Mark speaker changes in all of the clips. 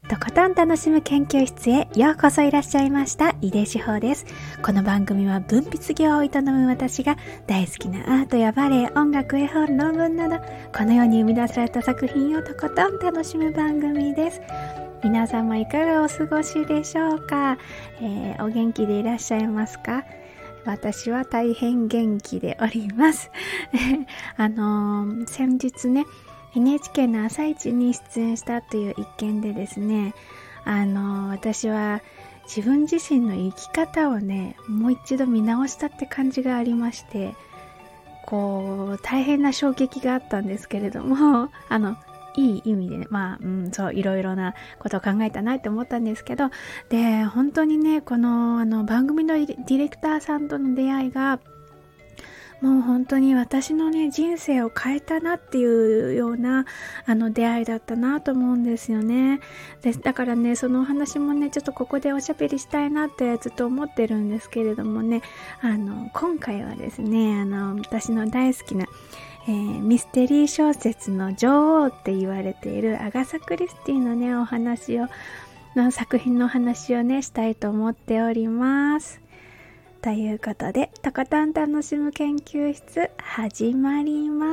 Speaker 1: とことん楽しむ研究室へようこそいらっしゃいました。井出志保です。この番組は文筆業を営む私が大好きなアートやバレエ、音楽、絵本、論文などこの世に生み出された作品をとことん楽しむ番組です。皆様いかがお過ごしでしょうか。お元気でいらっしゃいますか。私は大変元気でおります先日ねNHK の朝一に出演したという一件でですね、私は自分自身の生き方をねもう一度見直したって感じがありまして、こう大変な衝撃があったんですけれども、いい意味でね、そういろいろなことを考えたなって思ったんですけど、で本当にねこの番組のディレクターさんとの出会いがもう本当に私のね人生を変えたなっていうような出会いだったなと思うんですよね。だからねそのお話もねちょっとここでおしゃべりしたいなってずっと思ってるんですけれどもね、今回はですね私の大好きなミステリー小説の女王って言われているアガサ・クリスティのね作品のお話をねしたいと思っております。ということで、とことん楽しむ研究室始まります。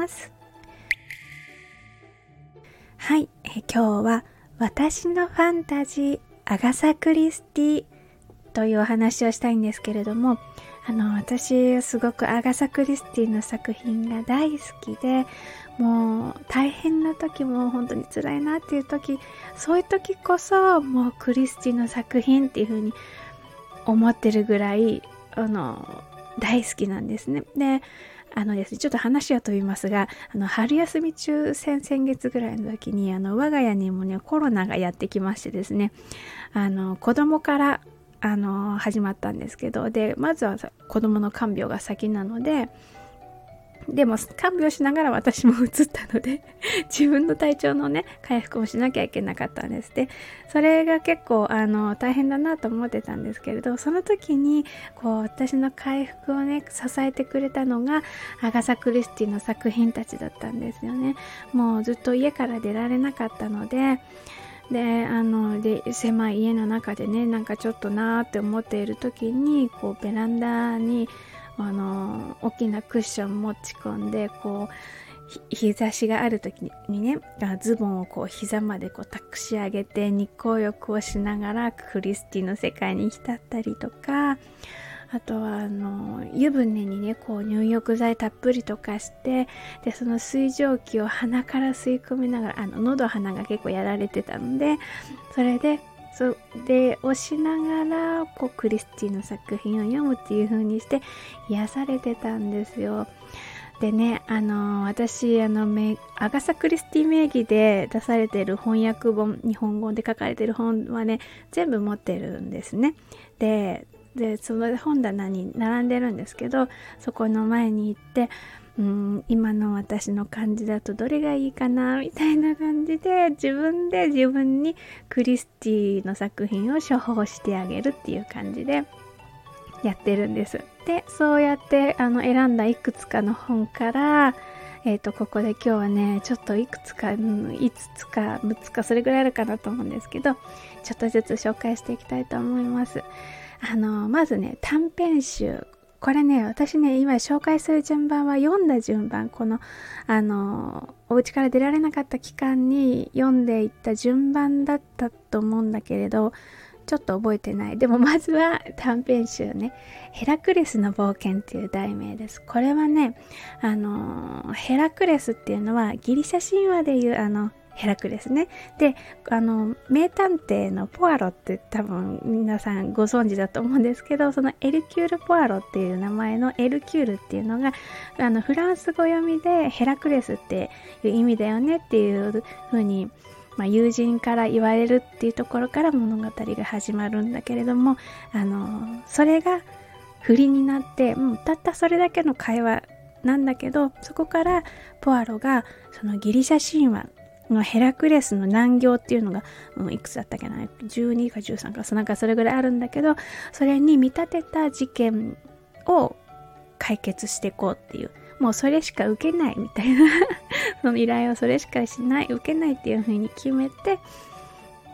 Speaker 1: はい、今日は私のファンタジーアガサ・クリスティというお話をしたいんですけれども、私すごくアガサ・クリスティの作品が大好きで、もう大変な時も本当に辛いなっていう時、そういう時こそもうクリスティの作品っていう風に思ってるぐらい大好きなんですね。で、ですね、ちょっと話は飛びますが、春休み中先月ぐらいの時に我が家にもねコロナがやってきましてですね、子供から始まったんですけど、でまずは子供の看病が先なので、でも看病しながら私も移ったので自分の体調のね回復をしなきゃいけなかったんです。でそれが結構大変だなと思ってたんですけれど、その時にこう私の回復をね支えてくれたのがアガサ・クリスティの作品たちだったんですよね。もうずっと家から出られなかったので、狭い家の中でねなんかちょっとなーって思っている時にこうベランダに大きなクッション持ち込んでこう日差しがある時にねズボンをこう膝までこう託し上げて日光浴をしながらクリスティの世界に浸ったりとか、あとは湯船にねこう入浴剤たっぷりとかして、でその水蒸気を鼻から吸い込みながら喉鼻が結構やられてたので、それで押しながらこうクリスティの作品を読むっていう風にして癒されてたんですよ。でね私アガサ・クリスティ名義で出されている翻訳本、日本語で書かれている本はね全部持ってるんですね。でその本棚に並んでるんですけど、そこの前に行って今の私の感じだとどれがいいかなみたいな感じで自分にクリスティの作品を処方してあげるっていう感じでやってるんです。でそうやって選んだいくつかの本からここで今日はねちょっといくつか5つか6つかそれぐらいあるかなと思うんですけど、ちょっとずつ紹介していきたいと思います。まずね短編集、これね私ね今紹介する順番は読んだ順番、このお家から出られなかった期間に読んでいった順番だったと思うんだけれどちょっと覚えてない。でもまずは短編集ね、ヘラクレスの冒険っていう題名です。これはねヘラクレスっていうのはギリシャ神話でいうヘラクレスね。で、名探偵のポアロって多分皆さんご存知だと思うんですけど、そのエルキュール・ポアロっていう名前のエルキュールっていうのがフランス語読みでヘラクレスっていう意味だよねっていう風に友人から言われるっていうところから物語が始まるんだけれども、それが振りになってたったそれだけの会話なんだけど、そこからポアロがそのギリシャ神話のヘラクレスの難行っていうのが、いくつだったっけな、12か13かなんかそれぐらいあるんだけど、それに見立てた事件を解決していこうっていう、もうそれしか受けないみたいなその依頼をそれしかしない、受けないっていう風に決めて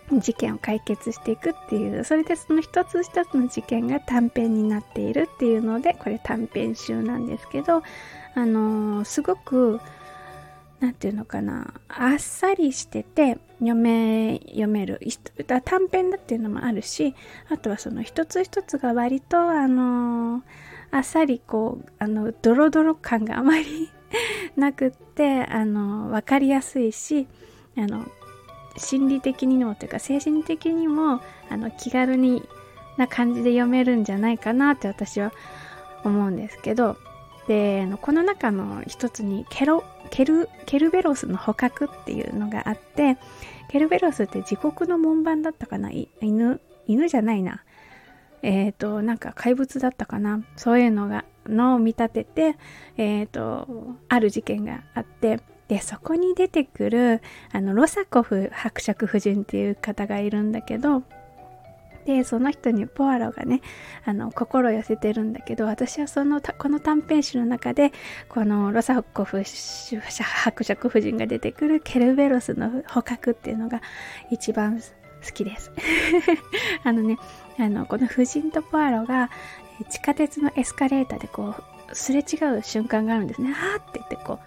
Speaker 1: 事件を解決していくっていう、それでその一つ一つの事件が短編になっているっていうので、これ短編集なんですけど、すごくなんていうのかな、あっさりしてて読める短編だっていうのもあるし、あとはその一つ一つが割とあっさりこうドロドロ感があまりなくって分かりやすいし、心理的にもというか精神的にも気軽にな感じで読めるんじゃないかなって私は思うんですけど、でこの中の一つにケルベロスの捕獲っていうのがあって、ケルベロスって地獄の門番だったかな、犬じゃないな、なんか怪物だったかな、そういうのを見立ててある事件があって、でそこに出てくるロサコフ伯爵夫人っていう方がいるんだけど、でその人にポアロがね心寄せてるんだけど、私はこの短編集の中でこのロサコフ伯爵夫人が出てくるケルベロスの捕獲っていうのが一番好きですこの夫人とポアロが地下鉄のエスカレーターでこうすれ違う瞬間があるんですね。はーって言ってこう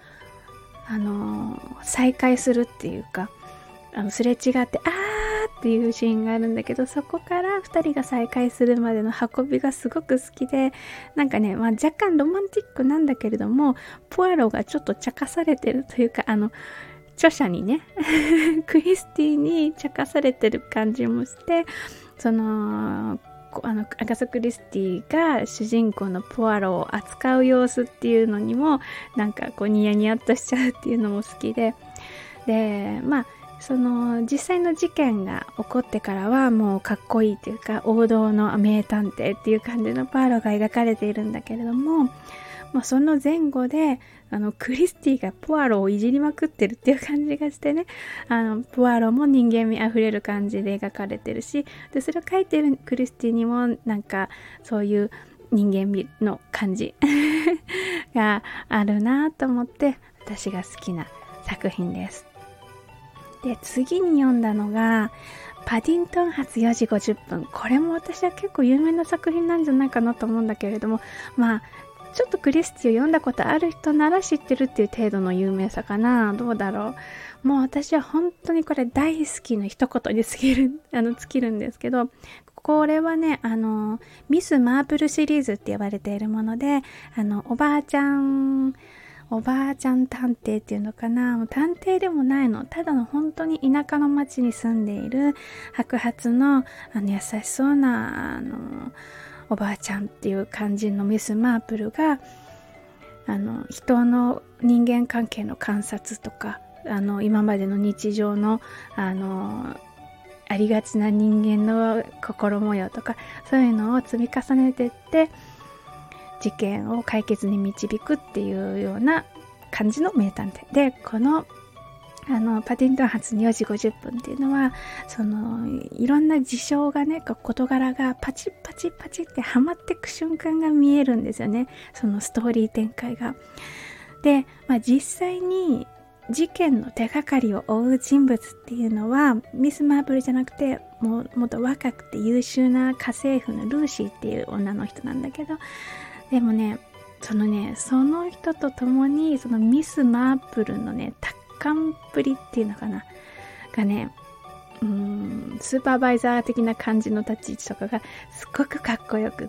Speaker 1: 再会するっていうか、すれ違ってっていうシーンがあるんだけど、そこから2人が再会するまでの運びがすごく好きで、なんかね、若干ロマンティックなんだけれども、ポアロがちょっと茶化されてるというか、著者にねクリスティに茶化されてる感じもして、アガサ・クリスティが主人公のポアロを扱う様子っていうのにもなんかこうニヤニヤっとしちゃうっていうのも好きで、その実際の事件が起こってからはもうかっこいいというか王道の名探偵っていう感じのポアロが描かれているんだけれども、その前後でクリスティがポアロをいじりまくってるっていう感じがしてね、ポアロも人間味あふれる感じで描かれてるし、でそれを書いてるクリスティにもなんかそういう人間味の感じがあるなと思って私が好きな作品です。で次に読んだのがパディントン発4時50分。これも私は結構有名な作品なんじゃないかなと思うんだけれども、ちょっとクリスティを読んだことある人なら知ってるっていう程度の有名さかな。どうだろう。もう私は本当にこれ大好きの一言に尽きるんですけど、これはね、ミス・マープルシリーズって呼ばれているもので、おばあちゃん探偵っていうのかな、もう探偵でもないの、ただの本当に田舎の町に住んでいる白髪の優しそうなおばあちゃんっていう感じのミス・マープルが人の人間関係の観察とか今までの日常のありがちな人間の心模様とかそういうのを積み重ねていって事件を解決に導くっていうような感じの名探偵で、このパディントン発4時50分っていうのはいろんな事象がね、事柄がパチッパチッパチッってはまっていく瞬間が見えるんですよね、そのストーリー展開が。で、実際に事件の手がかりを追う人物っていうのはミス・マーブルじゃなくてもっと若くて優秀な家政婦のルーシーっていう女の人なんだけど、でもねその人と共にそのミス・マープルのね達観っぷりっていうのかながね、スーパーバイザー的な感じの立ち位置とかがすっごくかっこよくって、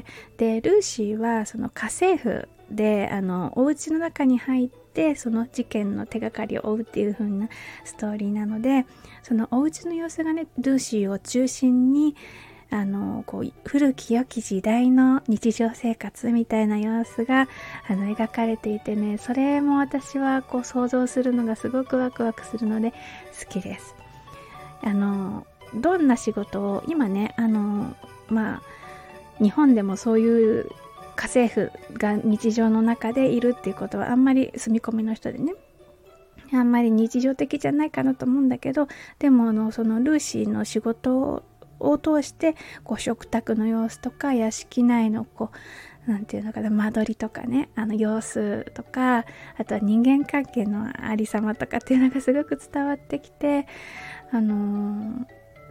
Speaker 1: でルーシーはその家政婦でお家の中に入ってその事件の手がかりを追うっていう風なストーリーなので、そのお家の様子がねルーシーを中心にこう古き良き時代の日常生活みたいな様子が描かれていてね、それも私はこう想像するのがすごくワクワクするので好きです。どんな仕事を今ね日本でもそういう家政婦が日常の中でいるっていうことはあんまり住み込みの人でねあんまり日常的じゃないかなと思うんだけど、でもそのルーシーの仕事を通して食卓の様子とか屋敷内のなんていうのかな間取りとかね様子とか、あとは人間関係のありさまとかっていうのがすごく伝わってきて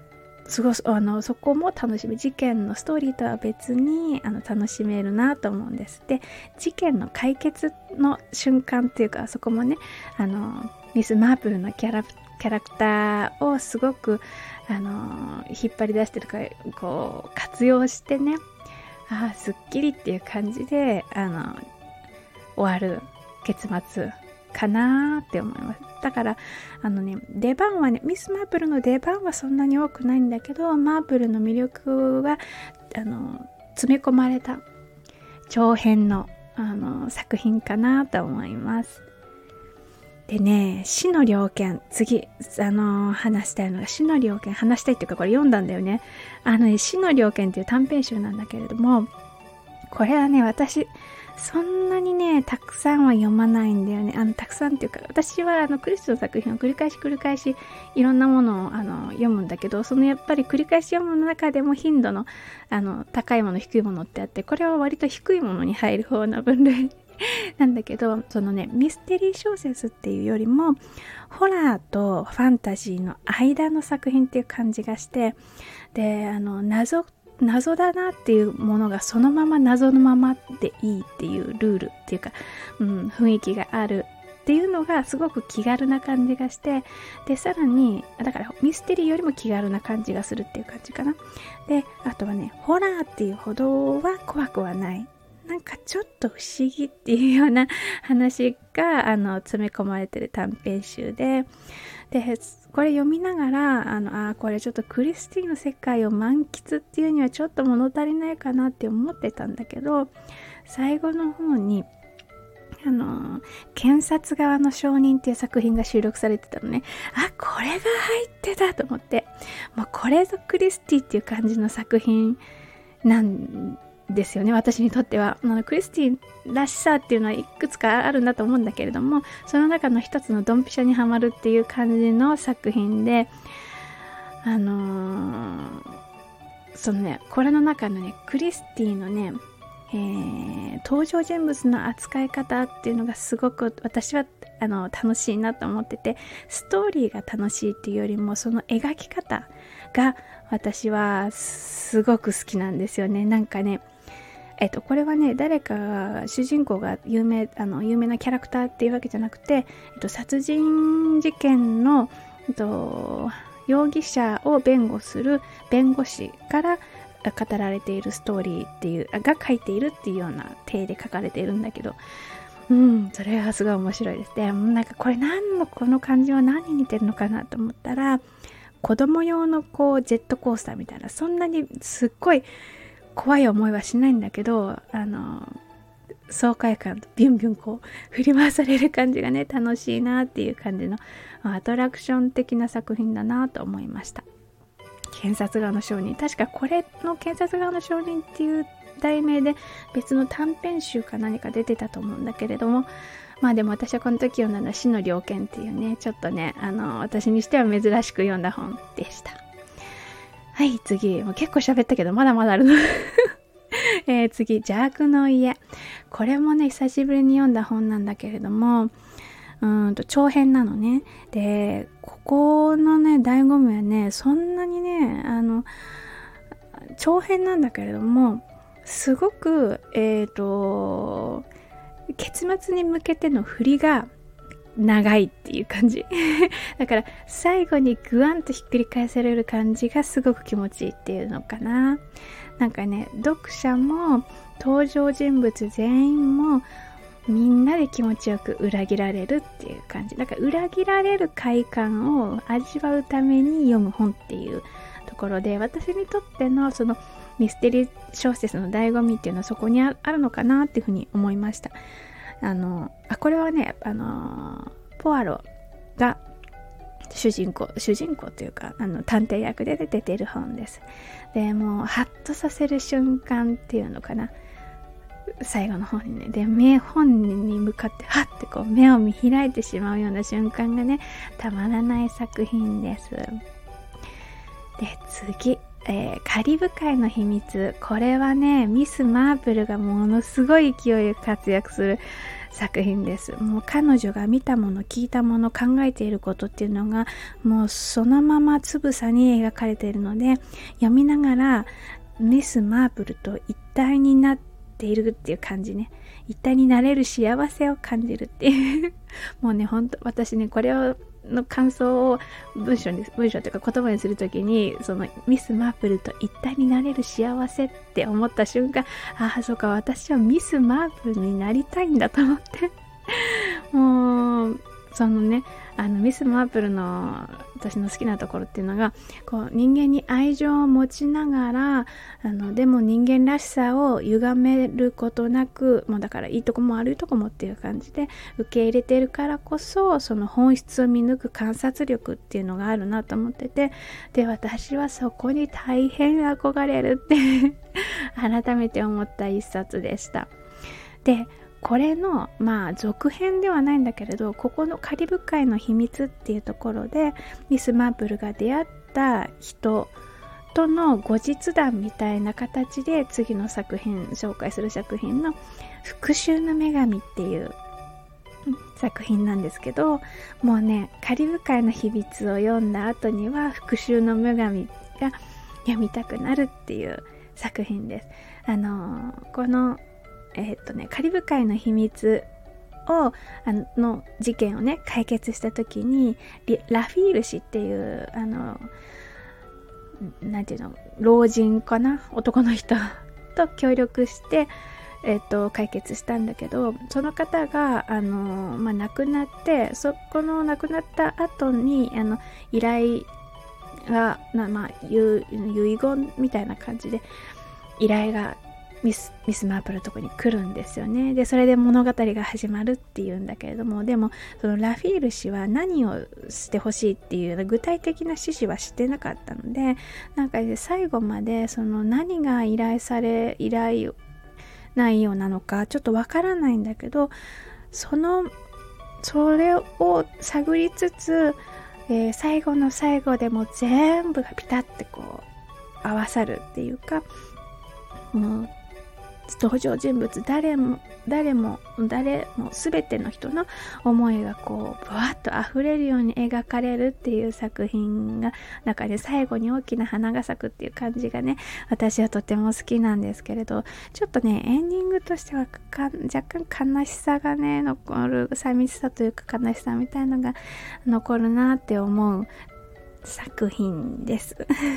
Speaker 1: そこも楽しみ、事件のストーリーとは別に楽しめるなと思うんです。で、事件の解決の瞬間っていうか、そこもねミス・マープルのキャラクターをすごく引っ張り出してるからこう活用してね、すっきりっていう感じで終わる結末かなって思います。だから出番はね、ミス・マープルの出番はそんなに多くないんだけど、マープルの魅力は詰め込まれた長編の作品かなと思います。でね、死の猟犬、次話したいのが死の猟犬、話したいっていうかこれ読んだんだよね。死の猟犬っていう短編集なんだけれども、これはね、私そんなにねたくさんは読まないんだよね。たくさんっていうか、私はクリスの作品を繰り返しいろんなものを読むんだけど、そのやっぱり繰り返し読むの中でも頻度の高いもの低いものってあって、これは割と低いものに入る方の分類なんだけど、そのねミステリー小説っていうよりもホラーとファンタジーの間の作品っていう感じがして、で謎だなっていうものがそのまま謎のままでいいっていうルールっていうか、雰囲気があるっていうのがすごく気軽な感じがして、でさらにだからミステリーよりも気軽な感じがするっていう感じかな。であとはね、ホラーっていうほどは怖くはない、なんかちょっと不思議っていうような話が詰め込まれてる短編集で、これ読みながらこれちょっとクリスティの世界を満喫っていうにはちょっと物足りないかなって思ってたんだけど、最後の方に検察側の証人っていう作品が収録されてたのね。これが入ってたと思って、もうこれぞクリスティっていう感じの作品なんですよね、私にとっては。クリスティらしさっていうのはいくつかあるんだと思うんだけれども、その中の一つのドンピシャにはまるっていう感じの作品で、そのね、これの中のねクリスティのね、登場人物の扱い方っていうのがすごく私は楽しいなと思ってて、ストーリーが楽しいっていうよりもその描き方が私はすごく好きなんですよね。なんかね、これはね、誰かが主人公が有名なキャラクターっていうわけじゃなくて、殺人事件の、容疑者を弁護する弁護士から語られているストーリーっていうが書いているっていうような体で書かれているんだけど、それはすごい面白いです。で、なんかこの感じは何に似てるのかなと思ったら、子供用のジェットコースターみたいな、そんなにすっごい怖い思いはしないんだけど、爽快感とビュンビュン振り回される感じがね楽しいなっていう感じのアトラクション的な作品だなと思いました。検察側の証人、確かこれの検察側の証人っていう題名で別の短編集か何か出てたと思うんだけれども、でも私はこの時読んだのは死の猟犬っていうね、ちょっとね私にしては珍しく読んだ本でした。はい、次、もう結構喋ったけどまだまだあるの次、邪悪の家。これもね久しぶりに読んだ本なんだけれども、長編なのね。で、ここのね醍醐味はね、そんなにね長編なんだけれども、すごく結末に向けての振りが長いっていう感じだから最後にグワンとひっくり返される感じがすごく気持ちいいっていうのかな。なんかね、読者も登場人物全員もみんなで気持ちよく裏切られるっていう感じ。だから裏切られる快感を味わうために読む本っていうところで、私にとってのそのミステリー小説の醍醐味っていうのはそこにあるのかなっていうふうに思いました。これはねポアロが主人公というか探偵役で出ている本です。で、もうハッとさせる瞬間っていうのかな、最後の方にね、で本に向かってハッて目を見開いてしまうような瞬間がねたまらない作品です。で、次、カリブ海の秘密。これはねミス・マープルがものすごい勢いで活躍する作品です。もう彼女が見たもの、聞いたもの、考えていることっていうのがもうそのままつぶさに描かれているので、読みながらミス・マープルと一体になっているっていう感じね。一体になれる幸せを感じるっていうもうね、本当私ね、これをの感想を文章というか言葉にするときに、そのミス・マープルと一体になれる幸せって思った瞬間、ああそうか、私はミス・マープルになりたいんだと思ってもうそのね、ミス・マープルの私の好きなところっていうのが、こう人間に愛情を持ちながらでも人間らしさを歪めることなく、もうだからいいとこも悪いとこもっていう感じで受け入れているからこそ、その本質を見抜く観察力っていうのがあるなと思ってて、で私はそこに大変憧れるって改めて思った一冊でした。でこれの続編ではないんだけれど、ここのカリブ海の秘密っていうところでミス・マープルが出会った人との後日談みたいな形で次の作品、紹介する作品の復讐の女神っていう作品なんですけど、もうね、カリブ海の秘密を読んだ後には復讐の女神が読みたくなるっていう作品です。このカリブ海の秘密をの事件をね解決した時に、ラフィール氏っていうなんていうの、老人かな、男の人と協力して解決したんだけど、その方が亡くなって、そこの亡くなった後に依頼が遺言みたいな感じで依頼がミス・マープルのとこに来るんですよね。でそれで物語が始まるっていうんだけれども、でもそのラフィール氏は何をしてほしいっていう具体的な指示はしてなかったので、なんか最後までその何が依頼内容なのかちょっとわからないんだけど、それを探りつつ、最後の最後でも全部がピタッてこう合わさるっていうか、もう登場人物誰も全ての人の思いがこうぶわっと溢れるように描かれるっていう作品が中で、最後に大きな花が咲くっていう感じがね、私はとても好きなんですけれど、ちょっとねエンディングとしては若干悲しさがね残る、寂しさというか悲しさみたいなのが残るなって思う作品です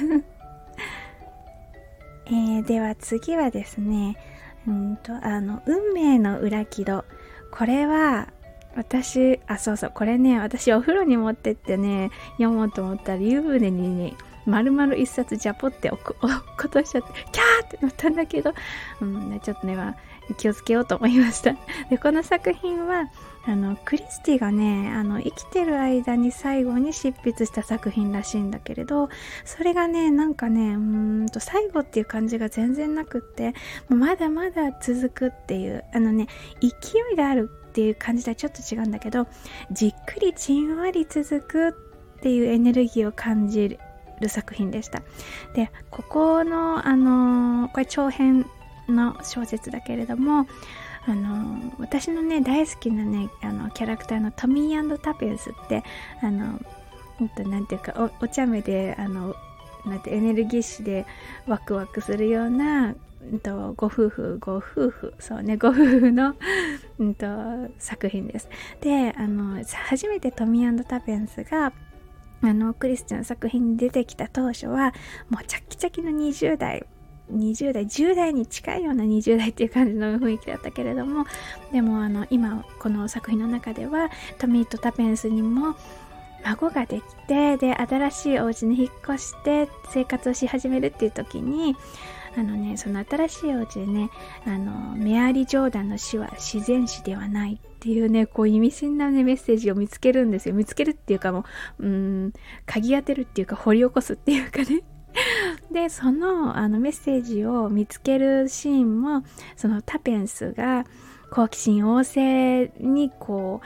Speaker 1: では次はですね、運命の裏木戸。これは私これね、私お風呂に持ってってね読もうと思ったら、湯船にね丸々一冊ジャポって落っことしちゃってキャーってなったんだけど、ちょっとね気をつけようと思いました。でこの作品はクリスティがね生きてる間に最後に執筆した作品らしいんだけれど、それがねなんかね最後っていう感じが全然なくって、もうまだまだ続くっていう勢いがあるっていう感じとはちょっと違うんだけど、じっくりじんわり続くっていうエネルギーを感じる作品でした。でここのこれ長編の小説だけれども、私のね大好きなねキャラクターのトミー&タペンスってなんていうかお茶目でなんてエネルギッシュでワクワクするようなご夫婦そうね、ご夫婦の作品です。で初めてトミー&タペンスがクリスチャンの作品に出てきた当初はもうチャッキチャキの10代10代に近いような20代っていう感じの雰囲気だったけれども、でも今この作品の中ではトミーとタペンスにも孫ができて、で新しいお家に引っ越して生活をし始めるっていう時にその新しいお家でねメアリー・ジョーダンの死は自然死ではないっていうね、こう意味深なねメッセージを見つけるんですよ。見つけるっていうかもう嗅ぎ当てるっていうか掘り起こすっていうかねでそのメッセージを見つけるシーンも、そのタペンスが好奇心旺盛にこ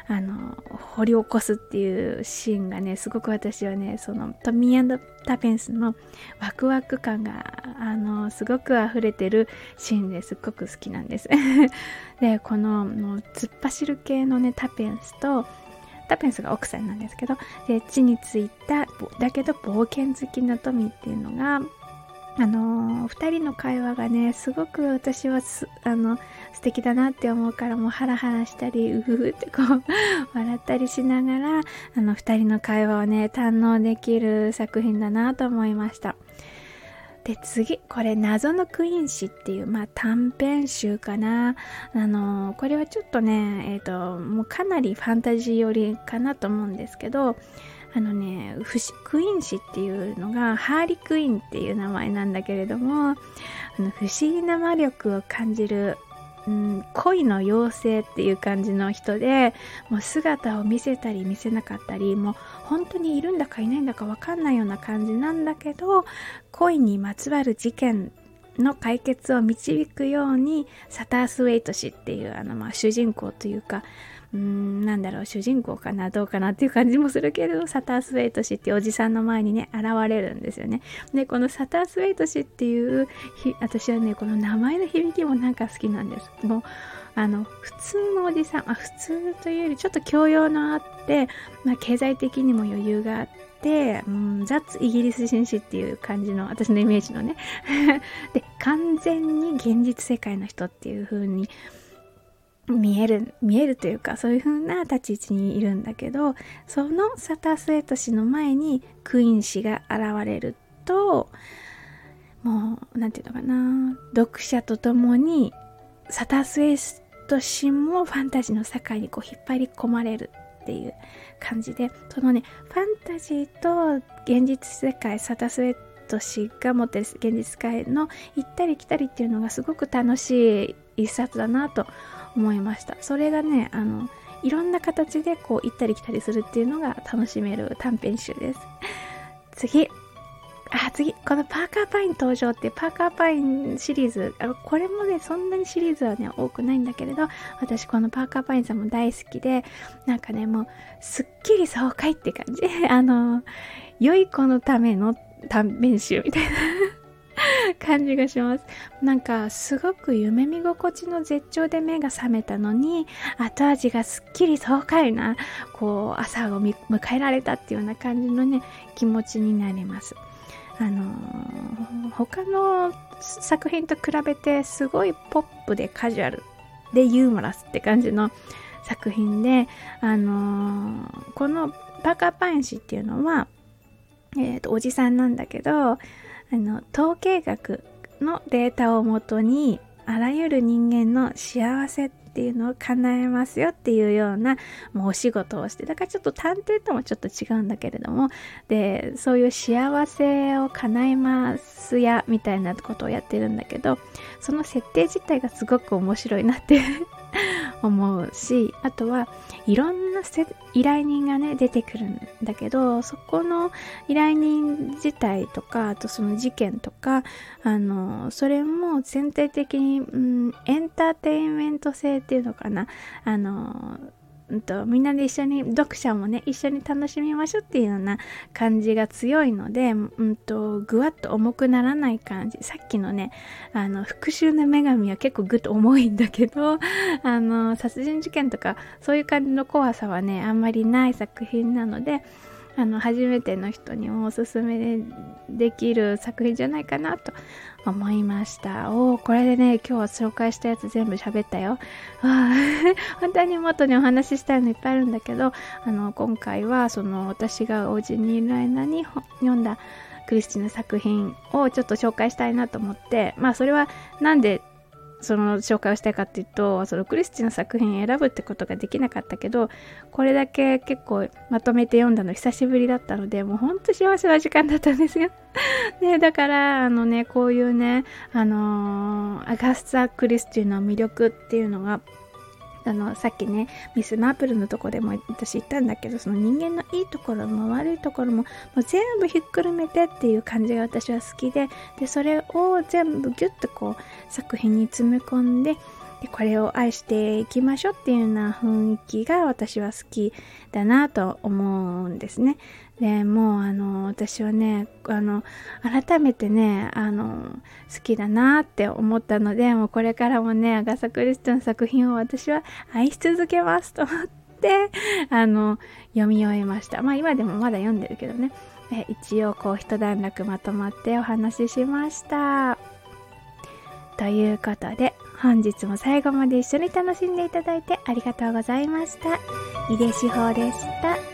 Speaker 1: 掘り起こすっていうシーンがね、すごく私はね、そのトミー&タペンスのワクワク感がすごく溢れてるシーンですっごく好きなんですで、この突っ走る系のねタペンスが奥さんなんですけど、で地についただけど冒険好きなトミーっていうのが2人の会話がね、すごく私は素敵だなって思うから、もうハラハラしたりうふふってこう笑ったりしながら2人の会話をね堪能できる作品だなと思いました。で次、これ謎のクイーン誌っていう、短編集かな。これはちょっとねもうかなりファンタジー寄りかなと思うんですけど、クイーン誌っていうのがハーリークイーンっていう名前なんだけれども、不思議な魔力を感じる、恋の妖精っていう感じの人で、もう姿を見せたり見せなかったり、もう本当にいるんだかいないんだか分かんないような感じなんだけど、恋にまつわる事件の解決を導くようにサタースウェイト氏っていう主人公というか、主人公かなどうかなっていう感じもするけど、サタースウェイト氏っていうおじさんの前にね現れるんですよね。でこのサタースウェイト氏っていう私はねこの名前の響きもなんか好きなんです。もう普通のおじさん、普通というよりちょっと教養のあって、経済的にも余裕があってザッツイギリス紳士っていう感じの私のイメージのねで完全に現実世界の人っていう風に見えるというか、そういう風な立ち位置にいるんだけど、そのサタースウェイト氏の前にクイーン氏が現れると、もうなんていうのかな、読者と共にサタースウェイト氏もファンタジーの世界にこう引っ張り込まれるっていう感じで、そのねファンタジーと現実世界、サタースウェイト氏が持ってる現実世界の行ったり来たりっていうのがすごく楽しい一冊だなと思いました。それがねいろんな形でこう行ったり来たりするっていうのが楽しめる短編集です。次このパーカーパイン登場っていうパーカーパインシリーズ、これもねそんなにシリーズはね多くないんだけれど、私このパーカーパインさんも大好きで、なんかねもうすっきり爽快って感じ良い子のための短編集みたいな感じがします。なんかすごく夢見心地の絶頂で目が覚めたのに、後味がすっきり爽快なこう朝を迎えられたっていうような感じのね気持ちになります。他の作品と比べてすごいポップでカジュアルでユーモラスって感じの作品で、このパーカーパイン氏っていうのは、おじさんなんだけど、統計学のデータをもとにあらゆる人間の幸せっていうのを叶えますよっていうようなもうお仕事をして、だからちょっと探偵ともちょっと違うんだけれども、でそういう幸せを叶えますやみたいなことをやってるんだけど、その設定自体がすごく面白いなって思うし、あとはいろんな依頼人がね出てくるんだけど、そこの依頼人自体とか、あとその事件とかそれも全体的に、エンターテインメント性っていうのかな、みんなで一緒に読者もね一緒に楽しみましょうっていうような感じが強いので、ぐわっと重くならない感じ。さっきのね復讐の女神は結構ぐっと重いんだけど、殺人事件とかそういう感じの怖さはねあんまりない作品なので、初めての人にもおすすめできる作品じゃないかなと思いました。これでね今日は紹介したやつ全部喋ったよ。本当にもっとねお話ししたいのいっぱいあるんだけど、今回はその私がお家にいる間に読んだクリスティの作品をちょっと紹介したいなと思って、それはなんでその紹介をしたいかっていうと、そのクリスティの作品を選ぶってことができなかったけど、これだけ結構まとめて読んだの久しぶりだったので、もうほんと幸せな時間だったんですよ。でだからこういうねアガスタ・クリスティの魅力っていうのがさっきねミス・マープルのとこでも私言ったんだけど、その人間のいいところも悪いところも全部ひっくるめてっていう感じが私は好きで、それを全部ギュッとこう作品に詰め込んででこれを愛していきましょうっていうような雰囲気が私は好きだなと思うんですね。でもう私はね改めてね好きだなって思ったので、もうこれからもねアガサ・クリスティの作品を私は愛し続けますと思って読み終えました。今でもまだ読んでるけどね。一応一段落まとまってお話ししました。ということで本日も最後まで一緒に楽しんでいただいてありがとうございました。井出志保でした。